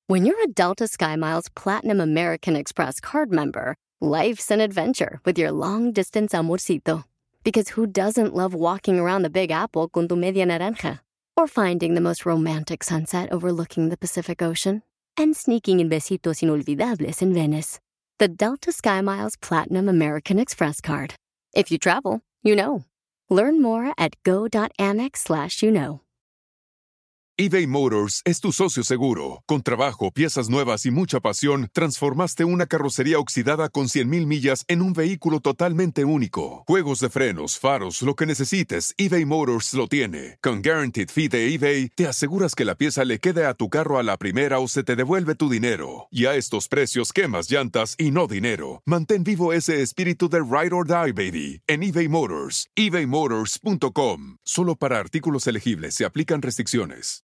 When you're a Delta SkyMiles Platinum American Express card member, life's an adventure with your long-distance amorcito. Because who doesn't love walking around the Big Apple con tu media naranja? Or finding the most romantic sunset overlooking the Pacific Ocean? And sneaking in besitos inolvidables in Venice. The Delta SkyMiles Platinum American Express card. If you travel, you know. Learn more at go.amex/you-know. eBay Motors es tu socio seguro. Con trabajo, piezas nuevas y mucha pasión, transformaste una carrocería oxidada con 100,000 millas en un vehículo totalmente único. Juegos de frenos, faros, lo que necesites, eBay Motors lo tiene. Con Guaranteed Fee de eBay, te aseguras que la pieza le quede a tu carro a la primera o se te devuelve tu dinero. Y a estos precios, quemas llantas y no dinero. Mantén vivo ese espíritu de Ride or Die, baby, en eBay Motors. ebaymotors.com. Solo para artículos elegibles se aplican restricciones.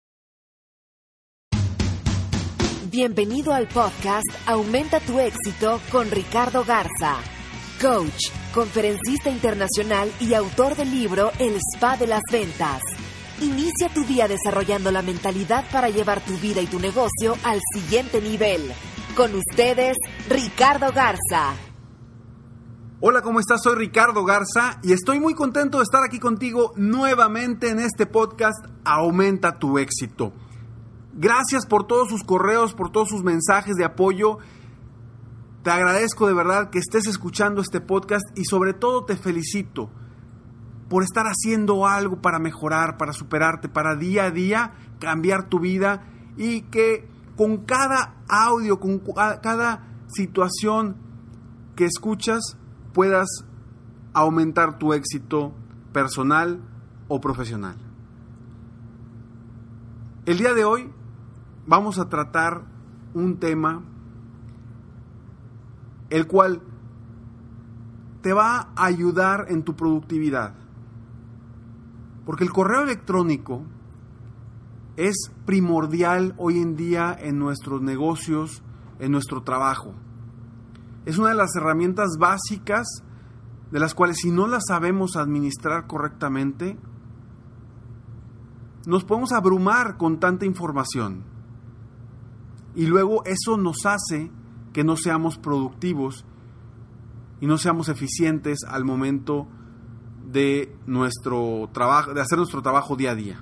Bienvenido al podcast Aumenta tu éxito con Ricardo Garza, coach, conferencista internacional y autor del libro El Spa de las Ventas. Inicia tu día desarrollando la mentalidad para llevar tu vida y tu negocio al siguiente nivel. Con ustedes, Ricardo Garza. Hola, ¿cómo estás? Soy Ricardo Garza y estoy muy contento de estar aquí contigo nuevamente en este podcast Aumenta tu éxito. Gracias por todos sus correos, por todos sus mensajes de apoyo. Te agradezco de verdad que estés escuchando este podcast y sobre todo te felicito por estar haciendo algo para mejorar, para superarte, para día a día cambiar tu vida y que con cada audio, con cada situación que escuchas puedas aumentar tu éxito personal o profesional. El día de hoy vamos a tratar un tema el cual te va a ayudar en tu productividad. Porque el correo electrónico es primordial hoy en día en nuestros negocios, en nuestro trabajo. Es una de las herramientas básicas de las cuales si no las sabemos administrar correctamente, nos podemos abrumar con tanta información. Y luego eso nos hace que no seamos productivos y no seamos eficientes al momento de nuestro trabajo, de hacer nuestro trabajo día a día.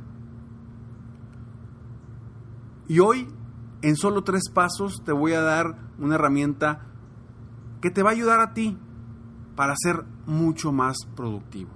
Y hoy, en solo 3 pasos, te voy a dar una herramienta que te va a ayudar a ti para ser mucho más productivo.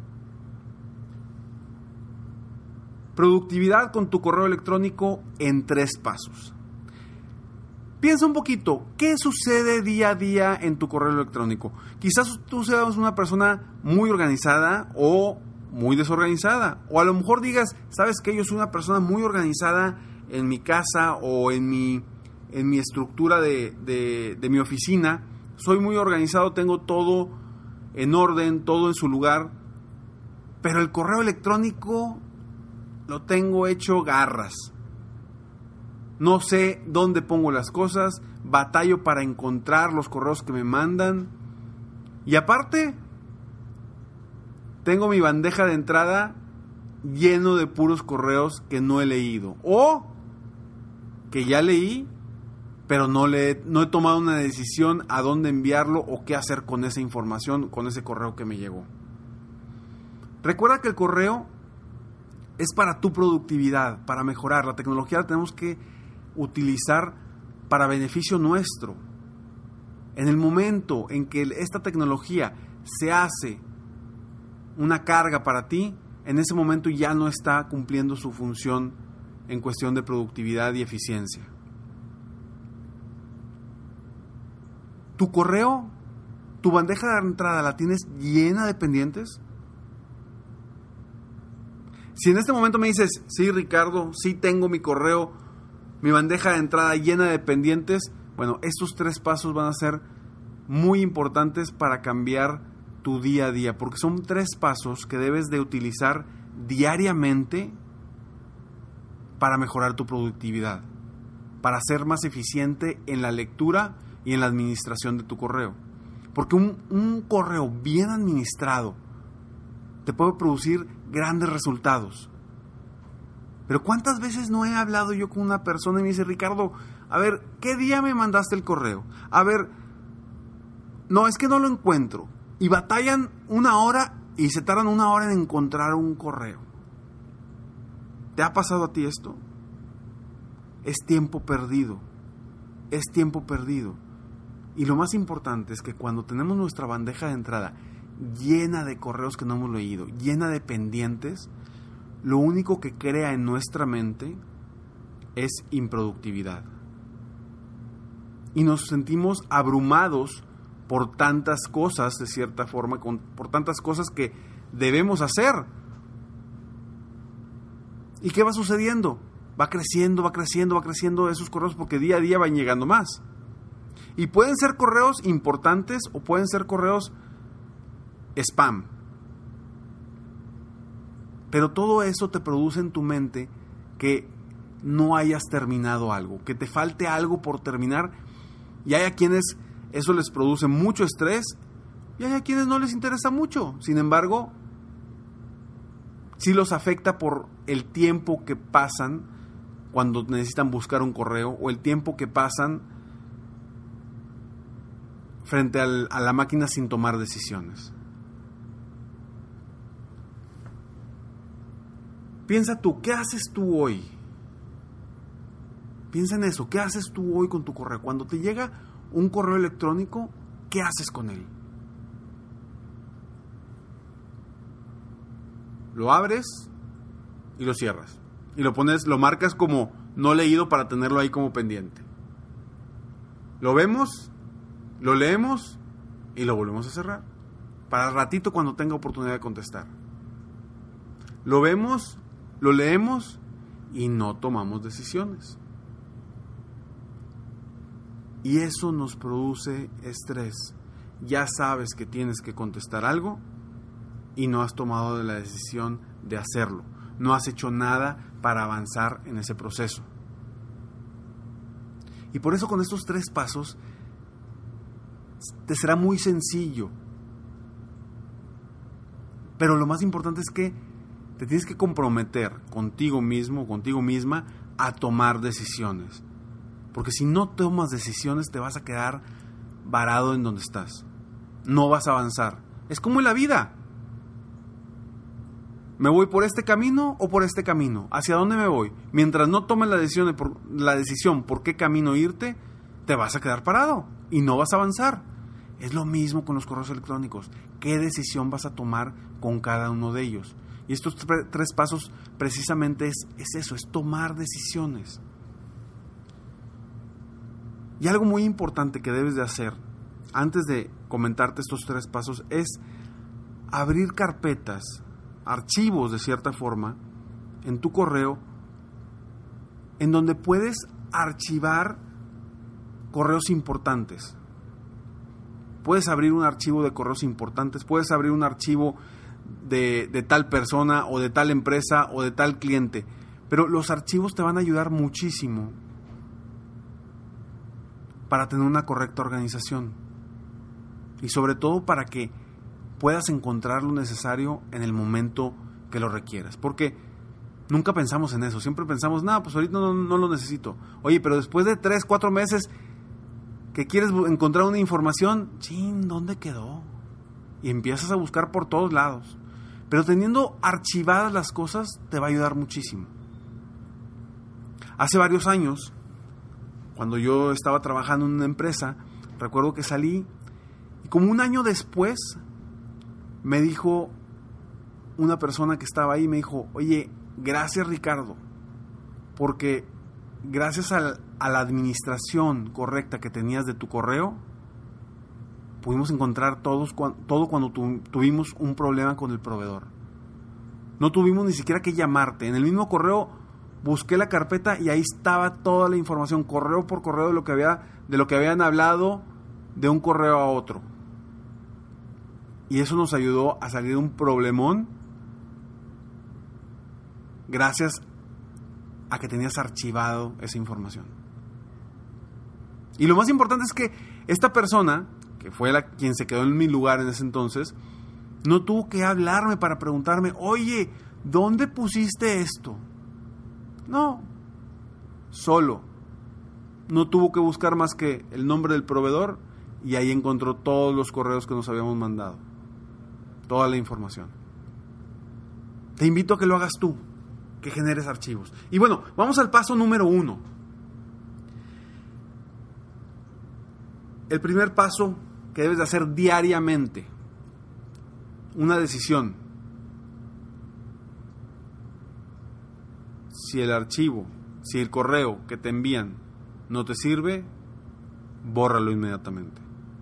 Productividad con tu correo electrónico en 3 pasos. Piensa un poquito, ¿qué sucede día a día en tu correo electrónico? Quizás tú seas una persona muy organizada o muy desorganizada. O a lo mejor digas, ¿sabes qué? Yo soy una persona muy organizada en mi casa o en mi estructura de mi oficina. Soy muy organizado, tengo todo en orden, todo en su lugar. Pero el correo electrónico lo tengo hecho garras. No sé dónde pongo las cosas, batallo para encontrar los correos que me mandan. Y aparte, tengo mi bandeja de entrada lleno de puros correos que no he leído. O que ya leí, pero no he tomado una decisión a dónde enviarlo o qué hacer con esa información, con ese correo que me llegó. Recuerda que el correo es para tu productividad, para mejorar. La tecnología la tenemos que utilizar para beneficio nuestro. En el momento en que esta tecnología se hace una carga para ti, en ese momento ya no está cumpliendo su función en cuestión de productividad y eficiencia. ¿Tu correo, tu bandeja de entrada la tienes llena de pendientes? Si en este momento me dices, sí, Ricardo, sí tengo mi correo, mi bandeja de entrada llena de pendientes, bueno, estos 3 pasos van a ser muy importantes para cambiar tu día a día, porque son 3 pasos que debes de utilizar diariamente para mejorar tu productividad, para ser más eficiente en la lectura y en la administración de tu correo. Porque un correo bien administrado te puede producir grandes resultados. Pero ¿cuántas veces no he hablado yo con una persona y me dice, Ricardo, A ver, ¿qué día me mandaste el correo? A ver, no, es que no lo encuentro. Y batallan 1 hora y se tardan 1 hora en encontrar un correo. ¿Te ha pasado a ti esto? Es tiempo perdido. Es tiempo perdido. Y lo más importante es que cuando tenemos nuestra bandeja de entrada llena de correos que no hemos leído, llena de pendientes, lo único que crea en nuestra mente es improductividad. Y nos sentimos abrumados por tantas cosas, de cierta forma, por tantas cosas que debemos hacer. ¿Y qué va sucediendo? Va creciendo esos correos porque día a día van llegando más. Y pueden ser correos importantes o pueden ser correos spam. Pero todo eso te produce en tu mente que no hayas terminado algo, que te falte algo por terminar. Y hay a quienes eso les produce mucho estrés y hay a quienes no les interesa mucho. Sin embargo, sí los afecta por el tiempo que pasan cuando necesitan buscar un correo o el tiempo que pasan frente a la máquina sin tomar decisiones. Piensa tú, ¿qué haces tú hoy? Piensa en eso, ¿qué haces tú hoy con tu correo? Cuando te llega un correo electrónico, ¿qué haces con él? Lo abres y lo cierras. Y lo marcas como no leído para tenerlo ahí como pendiente. Lo vemos, lo leemos y lo volvemos a cerrar. Para el ratito cuando tenga oportunidad de contestar. Lo vemos, lo leemos y no tomamos decisiones. Y eso nos produce estrés. Ya sabes que tienes que contestar algo y no has tomado la decisión de hacerlo. No has hecho nada para avanzar en ese proceso. Y por eso con estos 3 pasos te será muy sencillo. Pero lo más importante es que te tienes que comprometer contigo mismo, contigo misma, a tomar decisiones. Porque si no tomas decisiones te vas a quedar varado en donde estás. No vas a avanzar. Es como en la vida. ¿Me voy por este camino o por este camino? ¿Hacia dónde me voy? Mientras no tomes la decisión por qué camino irte, te vas a quedar parado y no vas a avanzar. Es lo mismo con los correos electrónicos. ¿Qué decisión vas a tomar con cada uno de ellos? Y estos 3 pasos precisamente es eso, es tomar decisiones. Y algo muy importante que debes de hacer antes de comentarte estos 3 pasos es abrir carpetas, archivos de cierta forma, en tu correo, en donde puedes archivar correos importantes. Puedes abrir un archivo de correos importantes, puedes abrir un archivo de tal persona o de tal empresa o de tal cliente, pero los archivos te van a ayudar muchísimo para tener una correcta organización y sobre todo para que puedas encontrar lo necesario en el momento que lo requieras, porque nunca pensamos en eso, siempre pensamos, pues ahorita no lo necesito. Oye, pero después de 3, 4 meses que quieres encontrar una información, ¿dónde quedó? Y empiezas a buscar por todos lados. Pero teniendo archivadas las cosas te va a ayudar muchísimo. Hace varios años, cuando yo estaba trabajando en una empresa, recuerdo que salí y como un año después me dijo una persona que estaba ahí, me dijo, oye, gracias Ricardo, porque gracias a la administración correcta que tenías de tu correo, pudimos encontrar todo cuando tuvimos un problema con el proveedor. No tuvimos ni siquiera que llamarte. En el mismo correo busqué la carpeta y ahí estaba toda la información, correo por correo, de lo que habían hablado de un correo a otro. Y eso nos ayudó a salir de un problemón gracias a que tenías archivado esa información. Y lo más importante es que esta persona, que fue quien se quedó en mi lugar en ese entonces, no tuvo que hablarme para preguntarme, oye, ¿dónde pusiste esto? No, solo no tuvo que buscar más que el nombre del proveedor y ahí encontró todos los correos que nos habíamos mandado, toda la información. Te invito a que lo hagas tú, que generes archivos. Y bueno, vamos al paso número 1. El primer paso que debes de hacer diariamente, una decisión. Si el archivo, si el correo que te envían no te sirve, bórralo inmediatamente.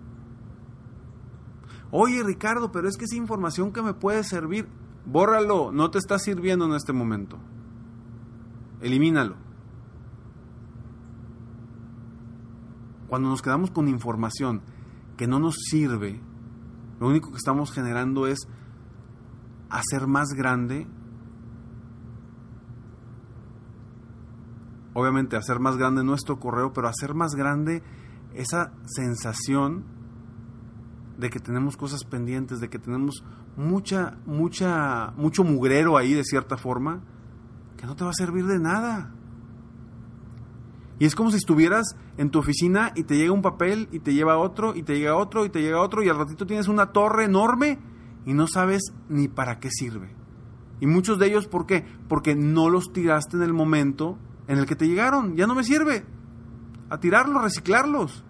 Oye, Ricardo, pero es que es información que me puede servir. Bórralo, no te está sirviendo en este momento. Elimínalo. Cuando nos quedamos con información que no nos sirve, lo único que estamos generando es hacer más grande, obviamente hacer más grande nuestro correo, pero hacer más grande esa sensación de que tenemos cosas pendientes, de que tenemos mucho mugrero ahí de cierta forma, que no te va a servir de nada. Y es como si estuvieras en tu oficina y te llega un papel y te lleva otro y te llega otro y te llega otro y al ratito tienes una torre enorme y no sabes ni para qué sirve. Y muchos de ellos, ¿por qué? Porque no los tiraste en el momento en el que te llegaron. Ya no me sirve. A tirarlos, reciclarlos.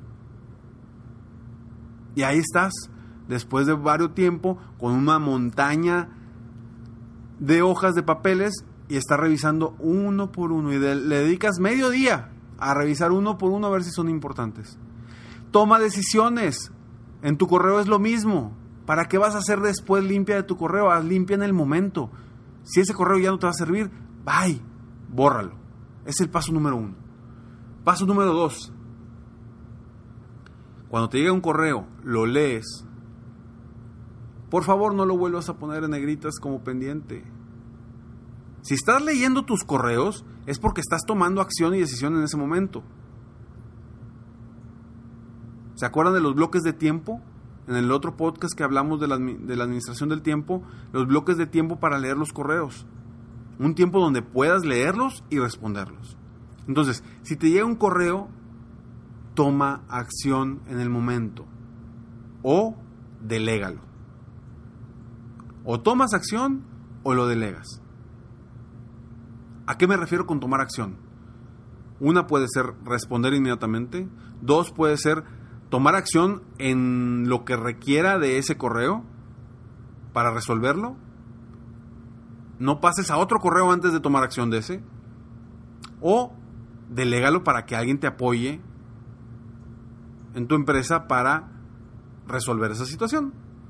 Y ahí estás, después de varios tiempo, con una montaña de hojas de papeles y estás revisando uno por uno y le dedicas medio día a revisar uno por uno a ver si son importantes. Toma decisiones. En tu correo es lo mismo. ¿Para qué vas a hacer después limpia de tu correo? Haz limpia en el momento. Si ese correo ya no te va a servir, bye, bórralo. Es el paso número 1. Paso número 2. Cuando te llega un correo, lo lees. Por favor, no lo vuelvas a poner en negritas como pendiente. Si estás leyendo tus correos, es porque estás tomando acción y decisión en ese momento. ¿Se acuerdan de los bloques de tiempo? En el otro podcast que hablamos de la administración del tiempo, los bloques de tiempo para leer los correos. Un tiempo donde puedas leerlos y responderlos. Entonces, si te llega un correo, toma acción en el momento. O delégalo. O tomas acción o lo delegas. ¿A qué me refiero con tomar acción? Una puede ser responder inmediatamente. 2 puede ser tomar acción en lo que requiera de ese correo para resolverlo. No pases a otro correo antes de tomar acción de ese. O delégalo para que alguien te apoye en tu empresa para resolver esa situación.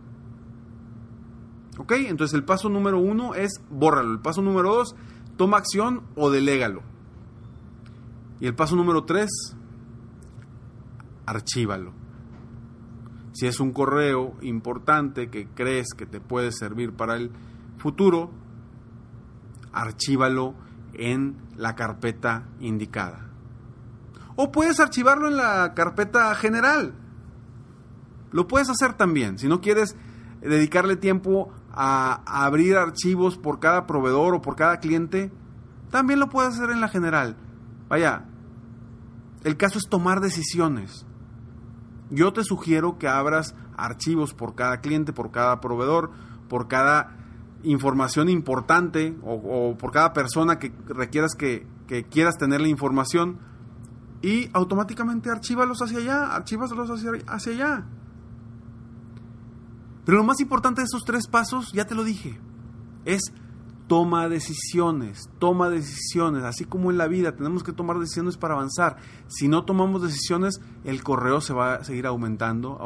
¿Ok? Entonces el paso número 1 es bórralo. El paso número 2, toma acción o delégalo. Y el paso número 3, archívalo. Si es un correo importante que crees que te puede servir para el futuro, archívalo en la carpeta indicada. O puedes archivarlo en la carpeta general. Lo puedes hacer también. Si no quieres dedicarle tiempo a abrir archivos por cada proveedor o por cada cliente, también lo puedes hacer en la general. Vaya, el caso es tomar decisiones. Yo te sugiero que abras archivos por cada cliente, por cada proveedor, por cada información importante o por cada persona que requieras que quieras tener la información y automáticamente archívalos hacia allá, archívalos hacia allá. Pero lo más importante de esos 3 pasos, ya te lo dije, es toma decisiones, así como en la vida tenemos que tomar decisiones para avanzar. Si no tomamos decisiones, el correo se va a seguir aumentando.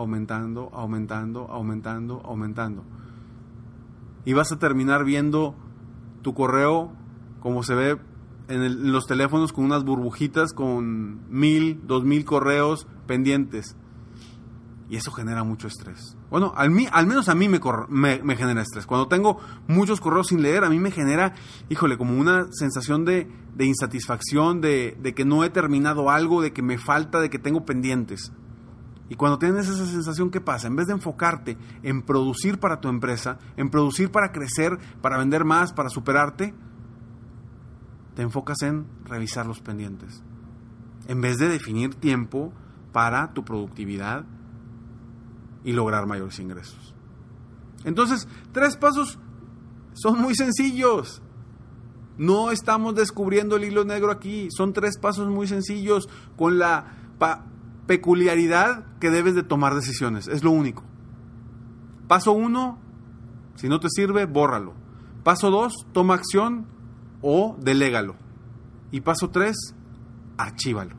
Y vas a terminar viendo tu correo como se ve en los teléfonos, con unas burbujitas con 1000, 2000 correos pendientes. Y eso genera mucho estrés. Bueno, al menos a mí me genera estrés. Cuando tengo muchos correos sin leer, a mí me genera, como una sensación de insatisfacción, de que no he terminado algo, de que me falta, de que tengo pendientes. Y cuando tienes esa sensación, ¿qué pasa? En vez de enfocarte en producir para tu empresa, en producir para crecer, para vender más, para superarte, te enfocas en revisar los pendientes, en vez de definir tiempo para tu productividad y lograr mayores ingresos. Entonces, 3 pasos son muy sencillos. No estamos descubriendo el hilo negro aquí. Son 3 pasos muy sencillos con la peculiaridad que debes de tomar decisiones. Es lo único. Paso 1, si no te sirve, bórralo. Paso 2, toma acción o delégalo. Y paso 3, archívalo.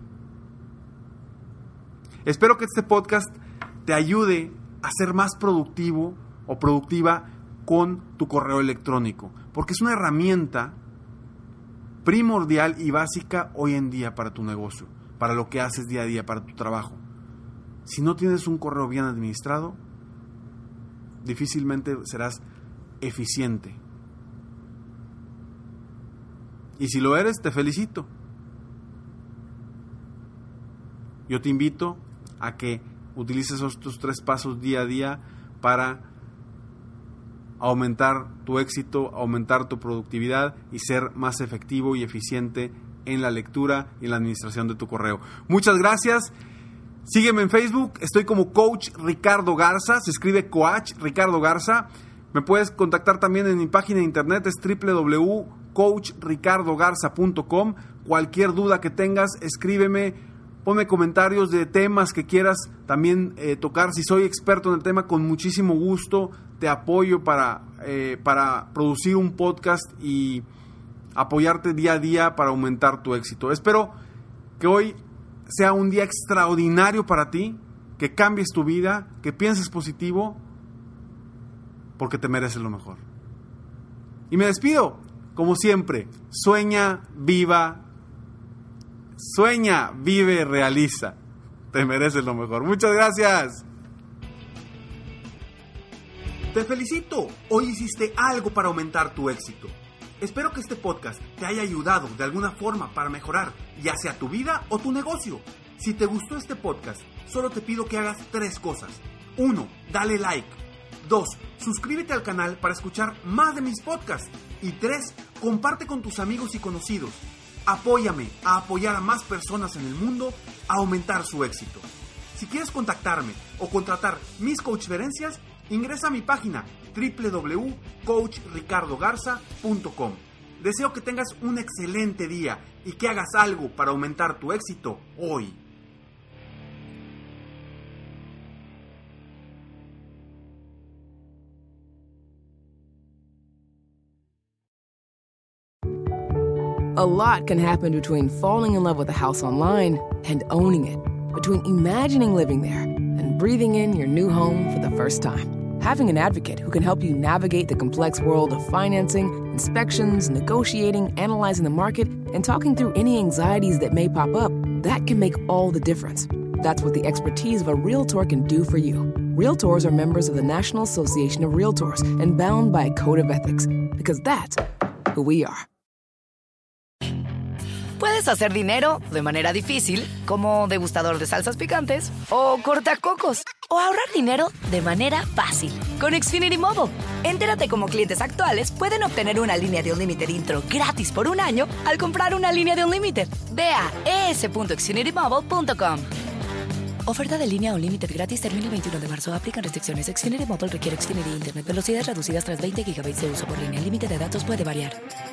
Espero que este podcast te ayude a ser más productivo o productiva con tu correo electrónico, porque es una herramienta primordial y básica hoy en día para tu negocio, para lo que haces día a día, para tu trabajo. Si no tienes un correo bien administrado, difícilmente serás eficiente. Y si lo eres, te felicito. Yo te invito a que utilices estos 3 pasos día a día para aumentar tu éxito, aumentar tu productividad y ser más efectivo y eficiente en la lectura y en la administración de tu correo. Muchas gracias. Sígueme en Facebook, estoy como Coach Ricardo Garza, se escribe Coach Ricardo Garza. Me puedes contactar también en mi página de internet, es www.coachricardogarza.com. Cualquier duda que tengas, escríbeme, ponme comentarios de temas que quieras también tocar. Si soy experto en el tema, con muchísimo gusto te apoyo para producir un podcast y apoyarte día a día para aumentar tu éxito. Espero que hoy sea un día extraordinario para ti, que cambies tu vida, que pienses positivo, porque te mereces lo mejor. Y me despido, como siempre, sueña, vive, realiza. Te mereces lo mejor. Muchas gracias. Te felicito. Hoy hiciste algo para aumentar tu éxito. Espero que este podcast te haya ayudado de alguna forma para mejorar, ya sea tu vida o tu negocio. Si te gustó este podcast, solo te pido que hagas 3 cosas. 1. Dale like. 2. Suscríbete al canal para escuchar más de mis podcasts. Y 3. Comparte con tus amigos y conocidos. Apóyame a apoyar a más personas en el mundo a aumentar su éxito. Si quieres contactarme o contratar mis coachferencias, ingresa a mi página www.coachricardogarza.com. Deseo que tengas un excelente día y que hagas algo para aumentar tu éxito hoy. A lot can happen between falling in love with a house online and owning it, between imagining living there and breathing in your new home for the first time. Having an advocate who can help you navigate the complex world of financing, inspections, negotiating, analyzing the market, and talking through any anxieties that may pop up, that can make all the difference. That's what the expertise of a Realtor can do for you. Realtors are members of the National Association of Realtors and bound by a code of ethics, because that's who we are. Puedes hacer dinero de manera difícil, como degustador de salsas picantes, o cortacocos, o ahorrar dinero de manera fácil con Xfinity Mobile. Entérate cómo clientes actuales pueden obtener una línea de Unlimited intro gratis por 1 año al comprar una línea de Unlimited. Ve a es.xfinitymobile.com. Oferta de línea Unlimited gratis termina el 21 de marzo. Aplican restricciones. Xfinity Mobile requiere Xfinity Internet. Velocidades reducidas tras 20 GB de uso por línea. El límite de datos puede variar.